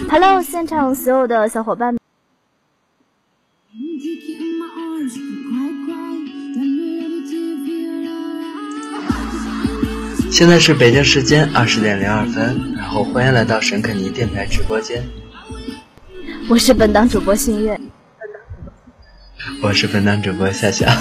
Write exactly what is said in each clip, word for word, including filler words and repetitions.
Hello， 现场所有的小伙伴们， 现在是北京时间二十点零二分，然后欢迎来到沈肯尼电台直播间。 我是本档主播新月， 我是本档主播夏夏。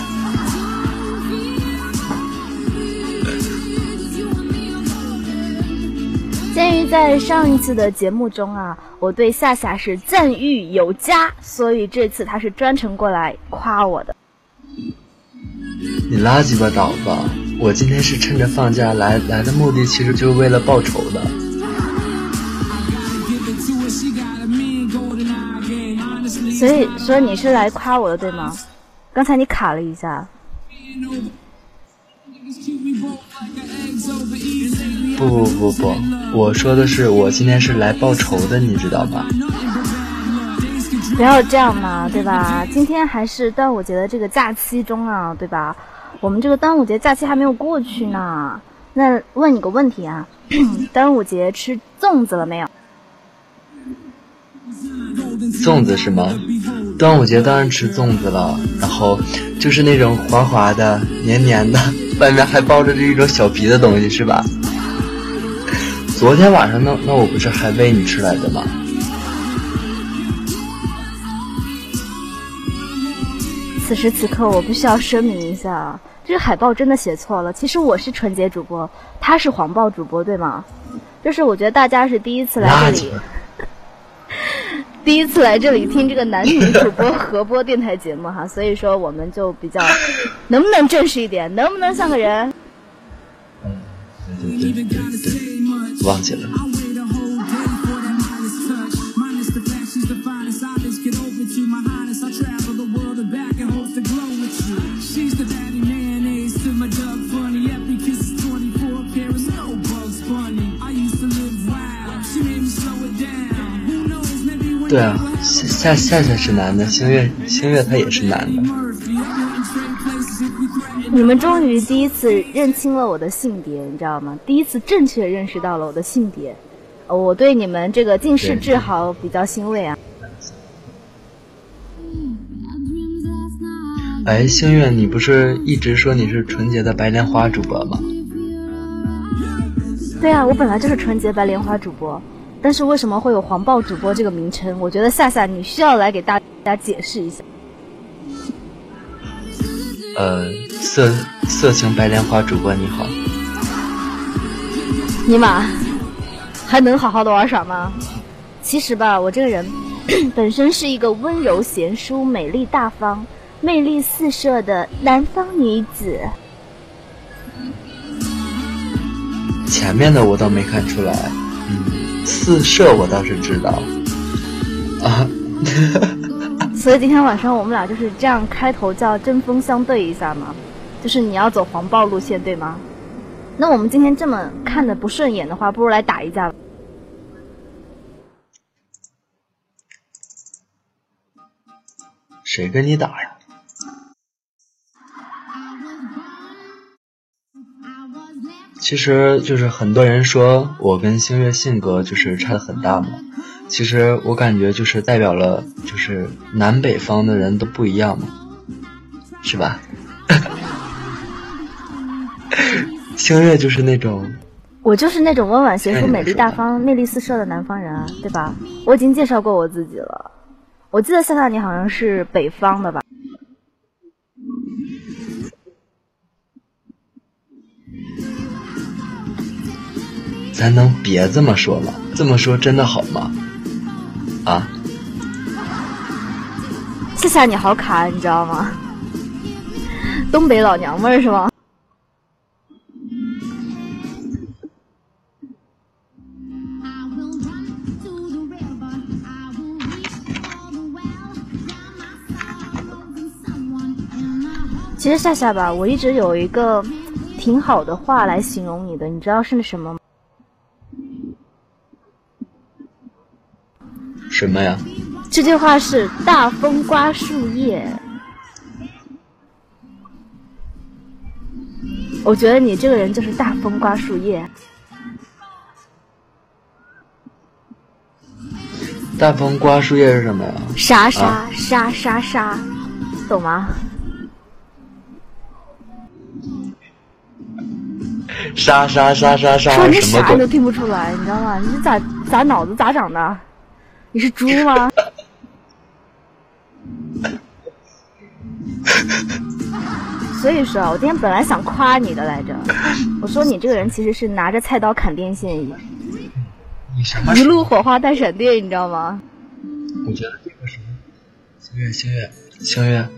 鉴于在上一次的节目中啊，我对夏夏是赞誉有加，所以这次他是专程过来夸我的。 你拉鸡巴倒吧！我今天是趁着放假来，来的目的其实就是为了报仇的。 所以说你是来夸我的对吗？刚才你卡了一下。 不不不不，我说的是我今天是来报仇的，你知道吧？ 不要这样嘛，对吧？今天还是端午节的这个假期中啊，对吧？我们这个端午节假期还没有过去呢。那问你个问题啊，端午节吃粽子了没有？ 粽子是吗？端午节当然吃粽子了，然后就是那种滑滑的、黏黏的，外面还包着这一种小皮的东西，是吧？昨天晚上那那我不是还喂你吃来的吗？ 此时此刻我必须要声明一下，这个海报真的写错了。其实我是纯洁主播，他是黄暴主播，对吗？就是我觉得大家是第一次来这里第一次来这里听这个男女主播合播电台节目哈，所以说我们就比较能不能正式一点，能不能像个人？ 嗯，对对对对对，忘记了。对啊，夏夏夏是男的，星月星月他也是男的。 你们终于第一次认清了我的性别，你知道吗？第一次正确认识到了我的性别，呃、我对你们这个近视志豪比较欣慰啊。 哎，星月，你不是一直说你是纯洁的白莲花主播吗？ 对啊，我本来就是纯洁白莲花主播。但是为什么会有黄暴主播这个名称？我觉得夏夏你需要来给大家解释一下。 呃，色色情白莲花主播你好。 尼玛，还能好好的玩耍吗？其实吧，我这个人本身是一个温柔贤淑、美丽大方、魅力四射的南方女子。 前面的我倒没看出来，嗯，四射我倒是知道啊。 所以今天晚上我们俩就是这样开头叫针锋相对一下嘛，就是你要走黄暴路线对吗？那我们今天这么看的不顺眼的话，不如来打一架吧。 谁跟你打呀？其实就是很多人说我跟星月性格就是差得很大嘛，其实我感觉就是代表了就是南北方的人都不一样嘛，是吧？星月就是那种， 我就是那种温婉贤淑、美丽大方、魅力四射的南方人啊，对吧？我已经介绍过我自己了。我记得夏夏你好像是北方的吧？ 咱能别这么说吗？这么说真的好吗？啊？ 夏夏你好卡，你知道吗？东北老娘们儿是吗？其实夏夏吧，我一直有一个挺好的话来形容你的，你知道是什么吗？ 什么呀？ 这句话是大风刮树叶。我觉得你这个人就是大风刮树叶。 大风刮树叶是什么呀？ 沙沙沙沙沙，懂吗？ 沙沙沙沙沙， 说你什么鬼？ 啥你都听不出来，你知道吗？你这咋咋脑子咋长的？你是猪吗？所以说，我今天本来想夸你的来着，我说你这个人其实是拿着菜刀砍电线一样， 你什么？ 一路火花带闪电，你知道吗？ 我觉得这个什么，星月星月星月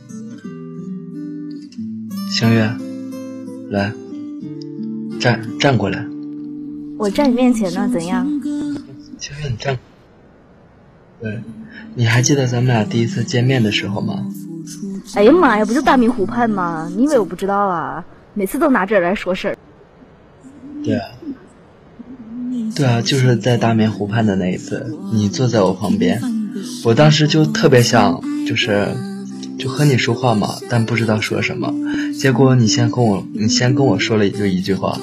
星月，来，站站过来。 我站你面前呢，怎样？ 星月，你站。对，你还记得咱们俩第一次见面的时候吗？ 哎呀妈呀，不就大明湖畔吗？你以为我不知道啊？每次都拿这儿来说事儿。 对啊，对啊，就是在大明湖畔的那一次，你坐在我旁边，我当时就特别想，就是就和你说话嘛，但不知道说什么。结果你先跟我，你先跟我说了就一句话。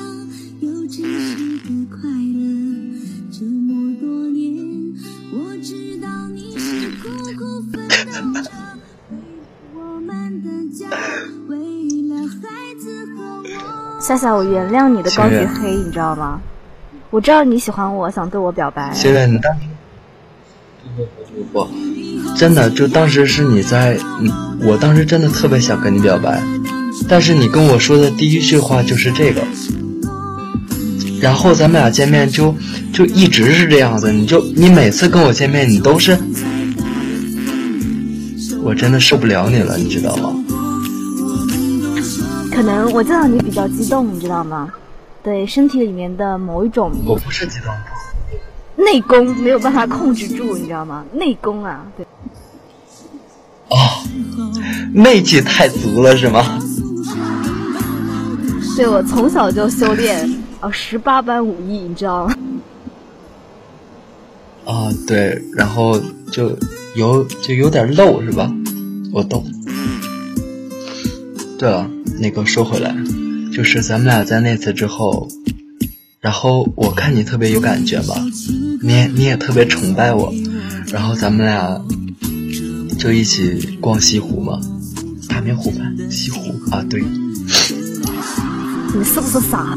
夏夏，我原谅你的高级黑，你知道吗？我知道你喜欢我，想对我表白。 现在你当时不不不不，真的就当时是你在，我当时真的特别想跟你表白，但是你跟我说的第一句话就是这个，然后咱们俩见面就就一直是这样子，你就你每次跟我见面你都是，我真的受不了你了，你知道吗？ 可能我见到你比较激动，你知道吗？对，身体里面的某一种， 我不是激动， 内功没有办法控制住，你知道吗？内功啊，对。 哦，内气太足了是吗？ 对，我从小就修炼哦十八般武艺，你知道吗？ 啊，对，然后就有就有点漏是吧？我懂。对了，那个说回来，就是咱们俩在那次之后，然后我看你特别有感觉吧，你也你也特别崇拜我，然后咱们俩就一起逛西湖嘛，大明湖畔西湖啊，对。 你是不是傻？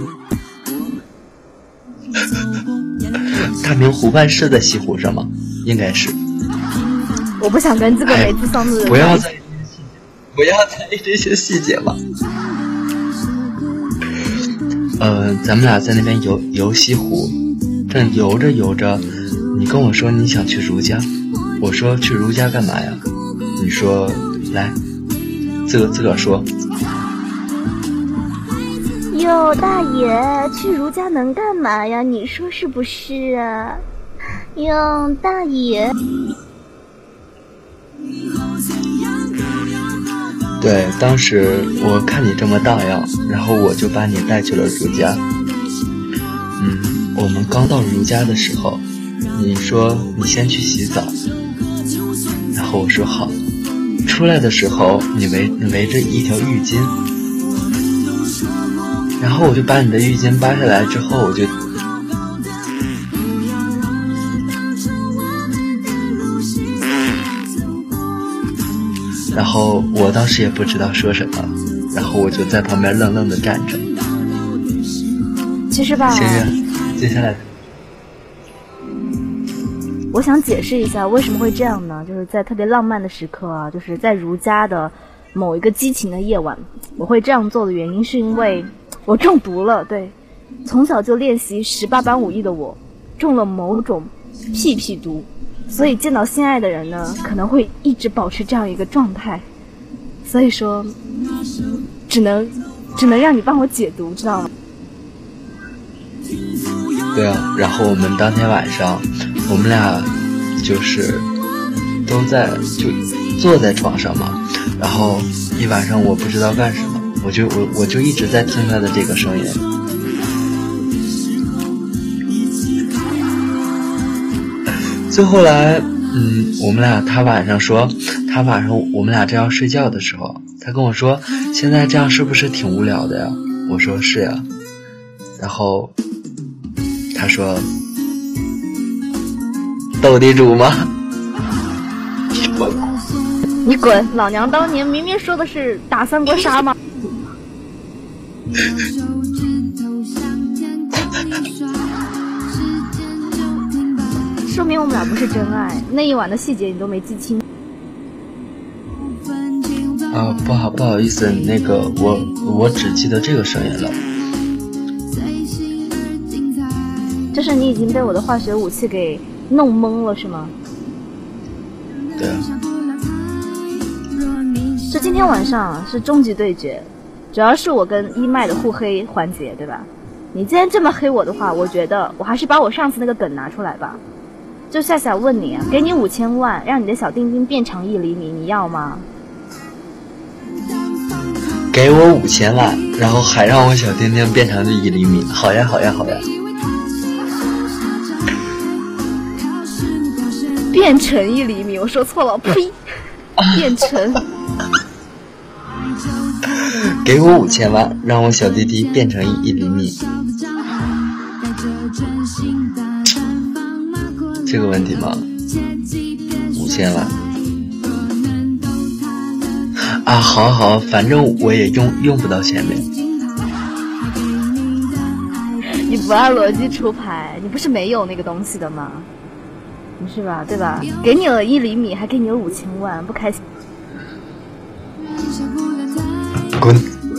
大明湖畔是在西湖上吗？应该是。 我不想跟这个没智商的人。 不要在意不要在意这些细节吧。呃，咱们俩在那边游游西湖，正游着游着，你跟我说你想去如家，我说去如家干嘛呀？你说来，自个自个说。 哟，大爷，去如家能干嘛呀？你说是不是啊？哟，大爷。 对，当时我看你这么大样，然后我就把你带去了如家。嗯，我们刚到如家的时候，你说你先去洗澡，然后我说好。出来的时候，你围你围着一条浴巾，然后我就把你的浴巾扒下来之后，我就。然后我当时也不知道说什么，然后我就在旁边愣愣的站着。 其实吧， 星月，接下来， 我想解释一下为什么会这样呢？就是在特别浪漫的时刻啊，就是在如家的某一个激情的夜晚，我会这样做的原因是因为我中毒了。对，从小就练习十八般武艺的我，中了某种屁屁毒。所以见到心爱的人呢，可能会一直保持这样一个状态，所以说，只能只能让你帮我解毒，知道吗？ 对啊，然后我们当天晚上，我们俩就是都在就坐在床上嘛，然后一晚上我不知道干什么，我就我我就一直在听他的这个声音。最后来，嗯，我们俩他晚上说，他晚上我们俩正要睡觉的时候，他跟我说，现在这样是不是挺无聊的呀？我说是呀。然后他说， 斗地主吗？ 你滚！老娘当年明明说的是打三国杀吗？说明我们俩不是真爱，那一晚的细节你都没记清。 啊，不好不好意思，那个我我只记得这个声音了。 就是你已经被我的化学武器给弄懵了是吗？ 对啊。 就今天晚上是终极对决，主要是我跟一麦的互黑环节，对吧？你既然这么黑我的话，我觉得我还是把我上次那个梗拿出来吧。就夏夏问你啊，给你五千万，让你的小丁丁变长一厘米，你要吗？ 给我五千万，然后还让我小丁丁变成一厘米，好呀好呀好呀。 变成一厘米，我说错了，呸！变成。 给我五千万，让我小弟弟变成一厘米。这个问题吗？五千万。啊，好好，反正我也用用不到前面。 你不按逻辑出牌，你不是没有那个东西的吗？你是吧？对吧？给你了一厘米，还给你了五千万，不开心？ 滚！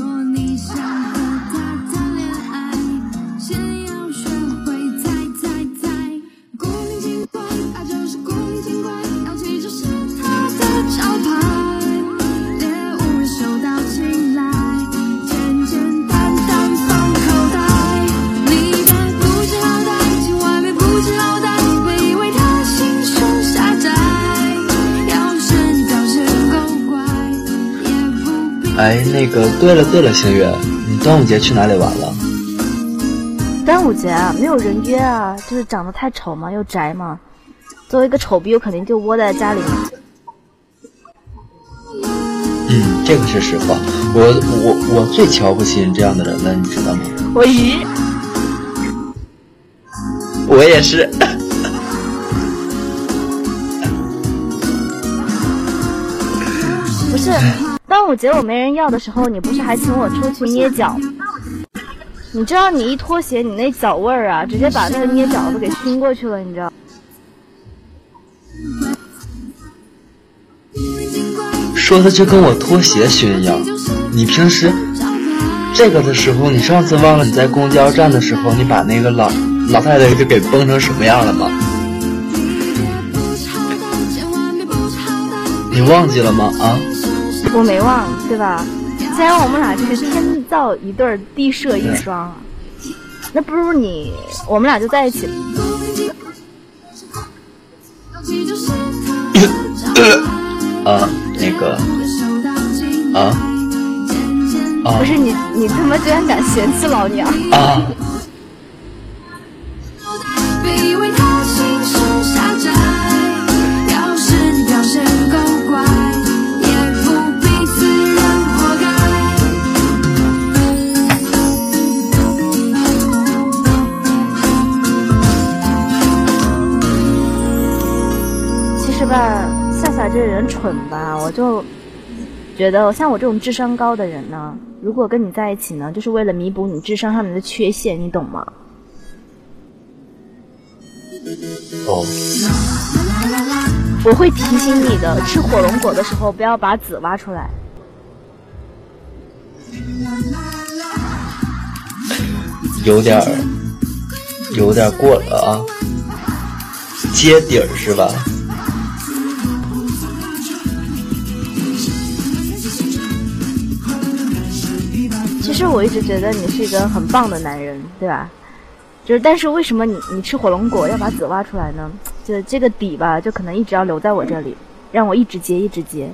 哎，那个，对了对了，星月，你端午节去哪里玩了？ 端午节啊，没有人约啊，就是长得太丑嘛，又宅嘛。作为一个丑逼，我肯定就窝在家里面。 嗯，这个是实话。我我我最瞧不起你这样的人了，你知道吗？ 我鱼。 我也是。 不是。端午节我没人要的时候，你不是还请我出去捏脚？你知道你一脱鞋，你那脚味儿啊，直接把那个捏脚都给熏过去了，你知道？ 说的就跟我脱鞋熏一样。你平时这个的时候，你上次忘了你在公交站的时候，你把那个老老太太就给崩成什么样了吗？你忘记了吗？啊？ 我没忘，对吧？既然我们俩就是天造一对地设一双，那不如你我们俩就在一起。 啊，那个啊啊！ 不是你，你他妈居然敢嫌弃老娘啊！ 是吧？夏夏这人蠢吧，我就觉得像我这种智商高的人呢，如果跟你在一起呢，就是为了弥补你智商上面的缺陷，你懂吗？ 哦。 我会提醒你的，吃火龙果的时候不要把籽挖出来。 有点儿，有点过了啊，接底儿是吧？ 其实我一直觉得你是一个很棒的男人，对吧？就是，但是为什么你你吃火龙果要把籽挖出来呢？就这个底吧，就可能一直要留在我这里，让我一直接一直接。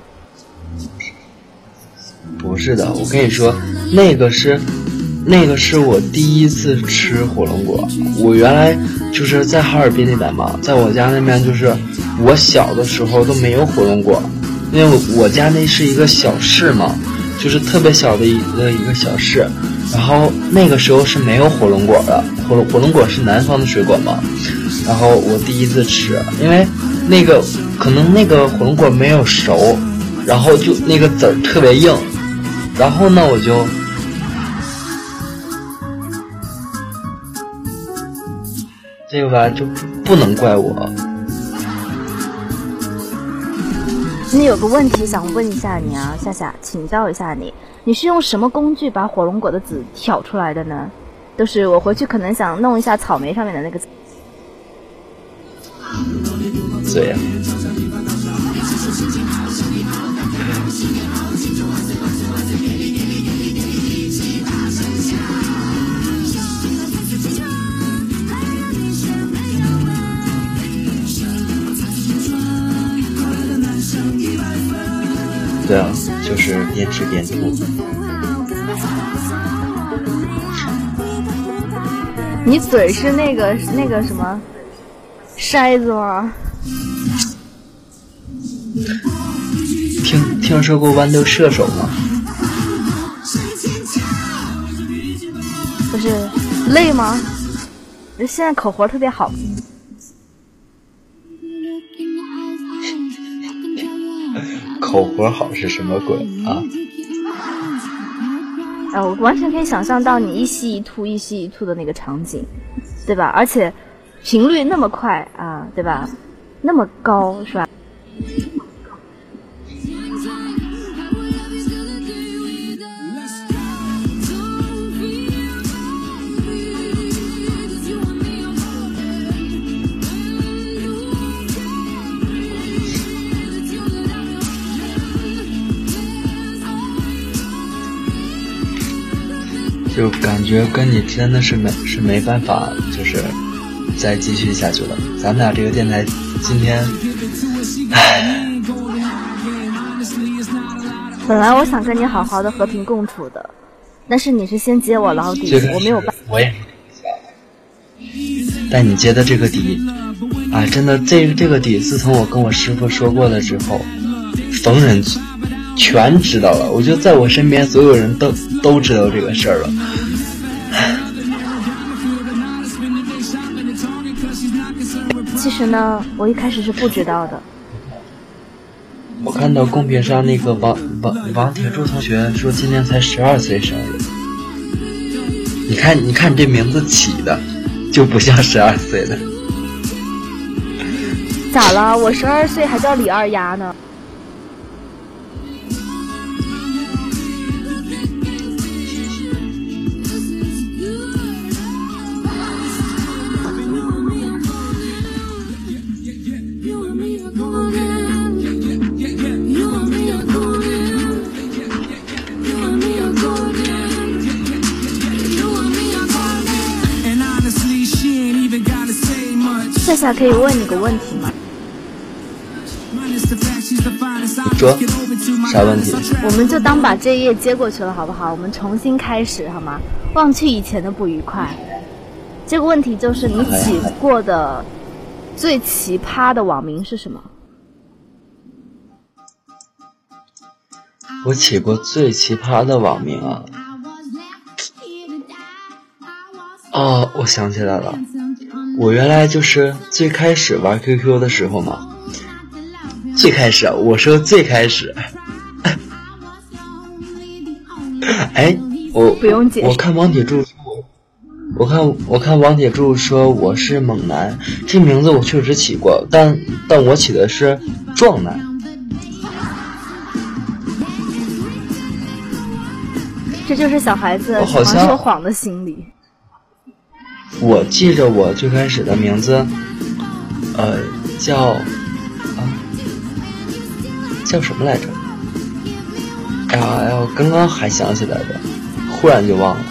不是的，我跟你说，那个是，那个是我第一次吃火龙果。我原来就是在哈尔滨那边嘛，在我家那边就是我小的时候都没有火龙果，因为我我家那是一个小市嘛。 就是特别小的一个一个小市，然后那个时候是没有火龙果的，火龙火龙果是南方的水果嘛，然后我第一次吃，因为那个可能那个火龙果没有熟，然后就那个籽儿特别硬，然后呢我就这个吧就不能怪我。 你有个问题想问一下你啊，夏夏，请教一下你，你是用什么工具把火龙果的籽挑出来的呢？就是我回去可能想弄一下草莓上面的那个籽。 对呀、啊。对啊，就是边吃边吐。 你嘴是那个那个什么筛子吗？ 听听说过豌豆射手吗？ 不是累吗？现在口活特别好。 口活好是什么鬼啊？ 啊，我完全可以想象到你一吸一吐一吸一吐的那个场景，对吧？而且频率那么快啊，对吧？那么高是吧？ 就感觉跟你真的是没是没办法，就是再继续下去了。咱们俩这个电台今天，唉， 本来我想跟你好好的和平共处的，但是你是先揭我老底，我没有办法。 我也但你揭的这个底，啊，真的这这个底，自从我跟我师傅说过了之后，逢人全知道了，我就在我身边所有人都都知道这个事儿了。 其实呢，我一开始是不知道的。 我看到公屏上那个王王王铁柱同学说今年才十二岁生日，你看你看你这名字起的就不像十二岁的。 咋了？我十二岁还叫李二丫呢。夏夏，可以问你个问题吗？ 说啥问题？ 我们就当把这一页接过去了，好不好？我们重新开始，好吗？忘去以前的不愉快。这个问题就是你起过的最奇葩的网名是什么？ 我起过最奇葩的网名啊！哦，我想起来了，我原来就是最开始玩 Q Q 的时候嘛，最开始啊，我说最开始，哎，我不用解释， 我看王铁柱，我看我看王铁柱说我是猛男，这名字我确实起过，但但我起的是壮男。 这就是小孩子喜欢说谎的心理。 我记着我最开始的名字，呃，叫啊，叫什么来着？哎呀哎呀，我刚刚还想起来的，忽然就忘了。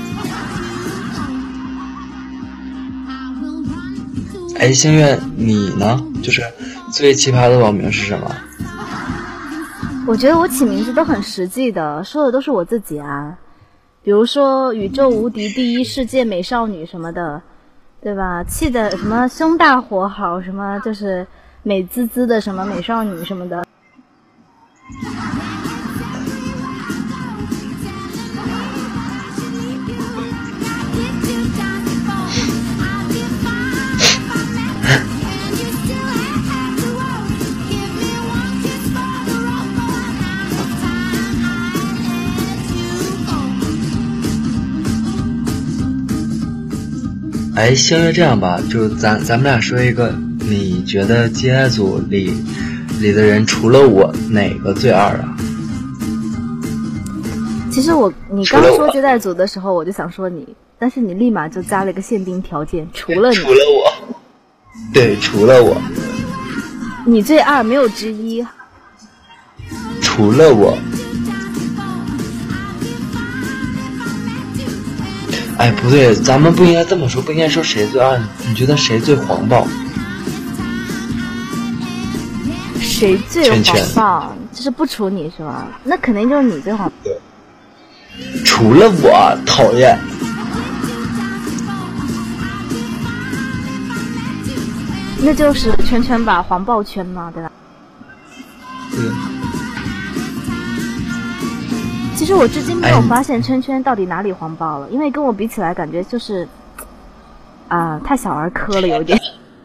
哎，星月，你呢？就是最奇葩的网名是什么？ 我觉得我起名字都很实际的，说的都是我自己啊。比如说宇宙无敌第一世界美少女什么的，对吧？气的什么胸大火好，什么就是美滋滋的什么美少女什么的。 哎，星月这样吧，就咱咱们俩说一个，你觉得接待组里里的人除了我哪个最二啊？ 其实我你刚说接待组的时候，我就想说你，但是你立马就加了一个限定条件，除了你， 除了我，对，除了我， 你最二没有之一， 除了我。哎，不对，咱们不应该这么说，不应该说谁最二。你觉得谁最黄暴？ 谁最黄暴？就是不除你是吧？那肯定就是你最黄。 对，除了我，讨厌。 那就是圈圈吧，黄暴圈嘛，对吧？ 对。 其实我至今没有发现圈圈到底哪里黄暴了，因为跟我比起来，感觉就是啊、呃，太小儿科了，有点。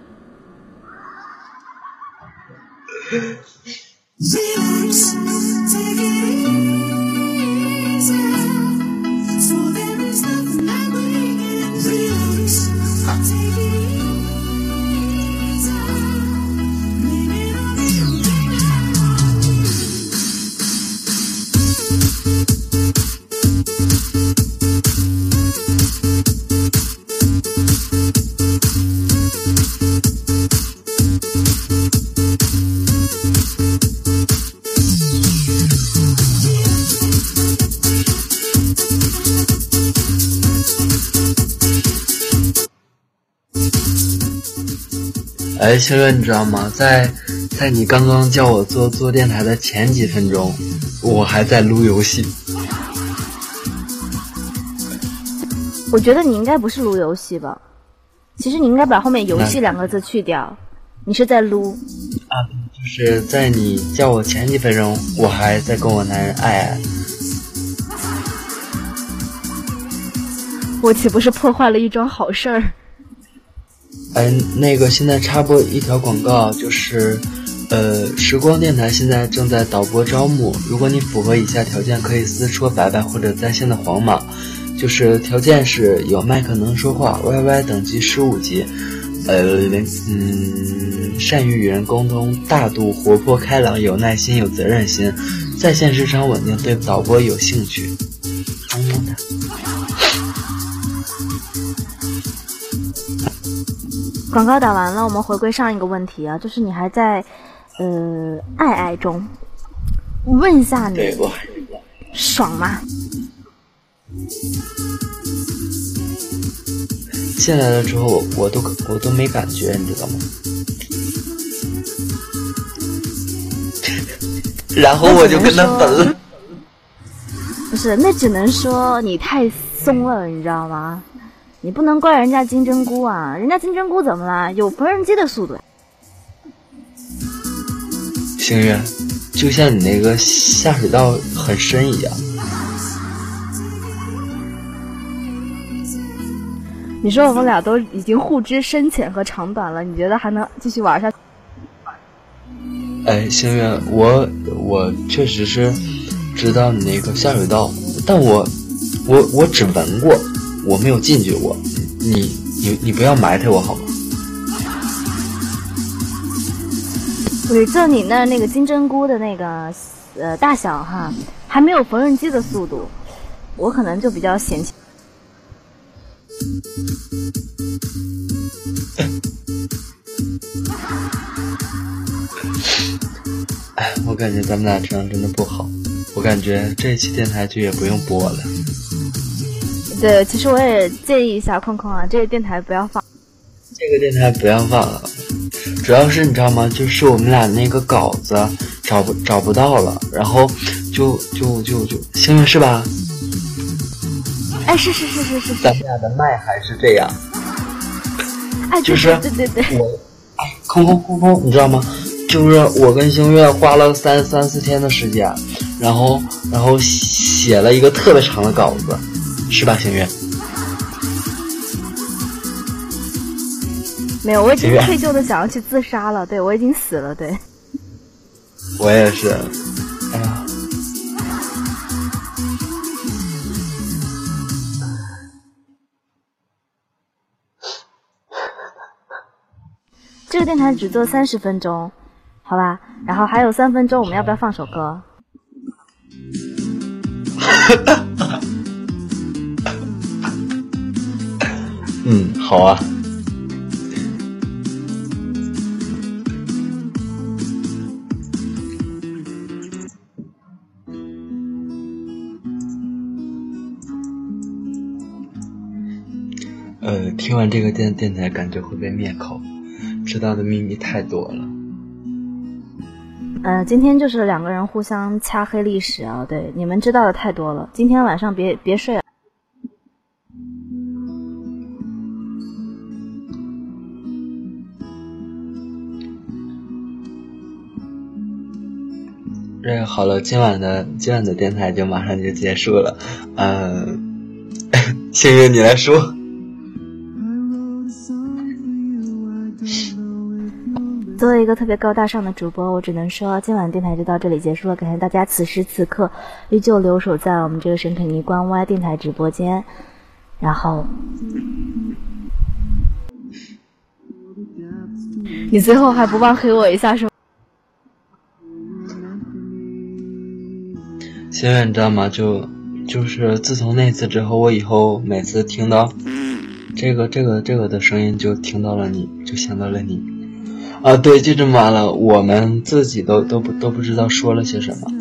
哎，星月，你知道吗？在在你刚刚叫我做做电台的前几分钟，我还在撸游戏。 我觉得你应该不是撸游戏吧？其实你应该把后面“游戏”两个字去掉，你是在撸。 啊，就是在你叫我前几分钟，我还在跟我男人爱爱。 我岂不是破坏了一桩好事儿？ 哎，那个现在插播一条广告，就是呃，时光电台现在正在导播招募，如果你符合以下条件，可以私戳白白或者在线的黄马，就是条件是有麦克能说话 ，Y Y 等级十五级，呃，嗯，善于与人沟通，大度、活泼、开朗，有耐心、有责任心，在线时长稳定，对导播有兴趣。萌萌哒。 广告打完了，我们回归上一个问题啊，就是你还在呃爱爱中，我问一下你， 对，我爽吗？ 进来了之后，我我都我都没感觉，你知道吗？然后我就跟他分了。 不是，那只能说你太松了，你知道吗？你不能怪人家金针菇啊，人家金针菇怎么了？有缝纫机的速度。 星月，就像你那个下水道很深一样。 你说我们俩都已经互知深浅和长短了，你觉得还能继续玩下去？ 哎，星月，我我确实是知道你那个下水道，但我我我只闻过。我没有进去过，你你你不要埋汰我好吗？ 不是，就你那那个金针菇的那个呃大小哈，还没有缝纫机的速度，我可能就比较嫌弃。 哎，我感觉咱们俩这样真的不好，我感觉这期电台剧也不用播了。 对，其实我也建议一下空空啊，这个电台不要放。 这个电台不要放了，主要是你知道吗？就是我们俩那个稿子找不找不到了，然后就就就就星月是吧？ 哎，是是是是是是。 咱们俩的麦还是这样。 哎， 就是对对对。 我，哎，空空空空，你知道吗？就是我跟星月花了三三四天的时间，然后然后写了一个特别长的稿子。是吧，星月？ 没有，我已经愧疚的想要去自杀了。对，我已经死了。对， 我也是。哎呀， 这个电台只做三十分钟，好吧？然后还有三分钟，我们要不要放首歌？ 嗯，好啊。呃，听完这个电电台，感觉会被灭口，知道的秘密太多了。 呃，今天就是两个人互相掐黑历史啊，对，你们知道的太多了。今天晚上别别睡了。 这好了，今晚的今晚的电台就马上就结束了。嗯、呃，幸运你来说。 作为一个特别高大上的主播，我只能说今晚电台就到这里结束了。感谢大家此时此刻依旧留守在我们这个神肯尼关 Y 电台直播间。然后你最后还不忘黑我一下是吗？ 现在你知道吗？就就是自从那次之后，我以后每次听到这个这个这个的声音，就听到了你，就想到了你。啊，对，就这么完了，我们自己都都不都不知道说了些什么。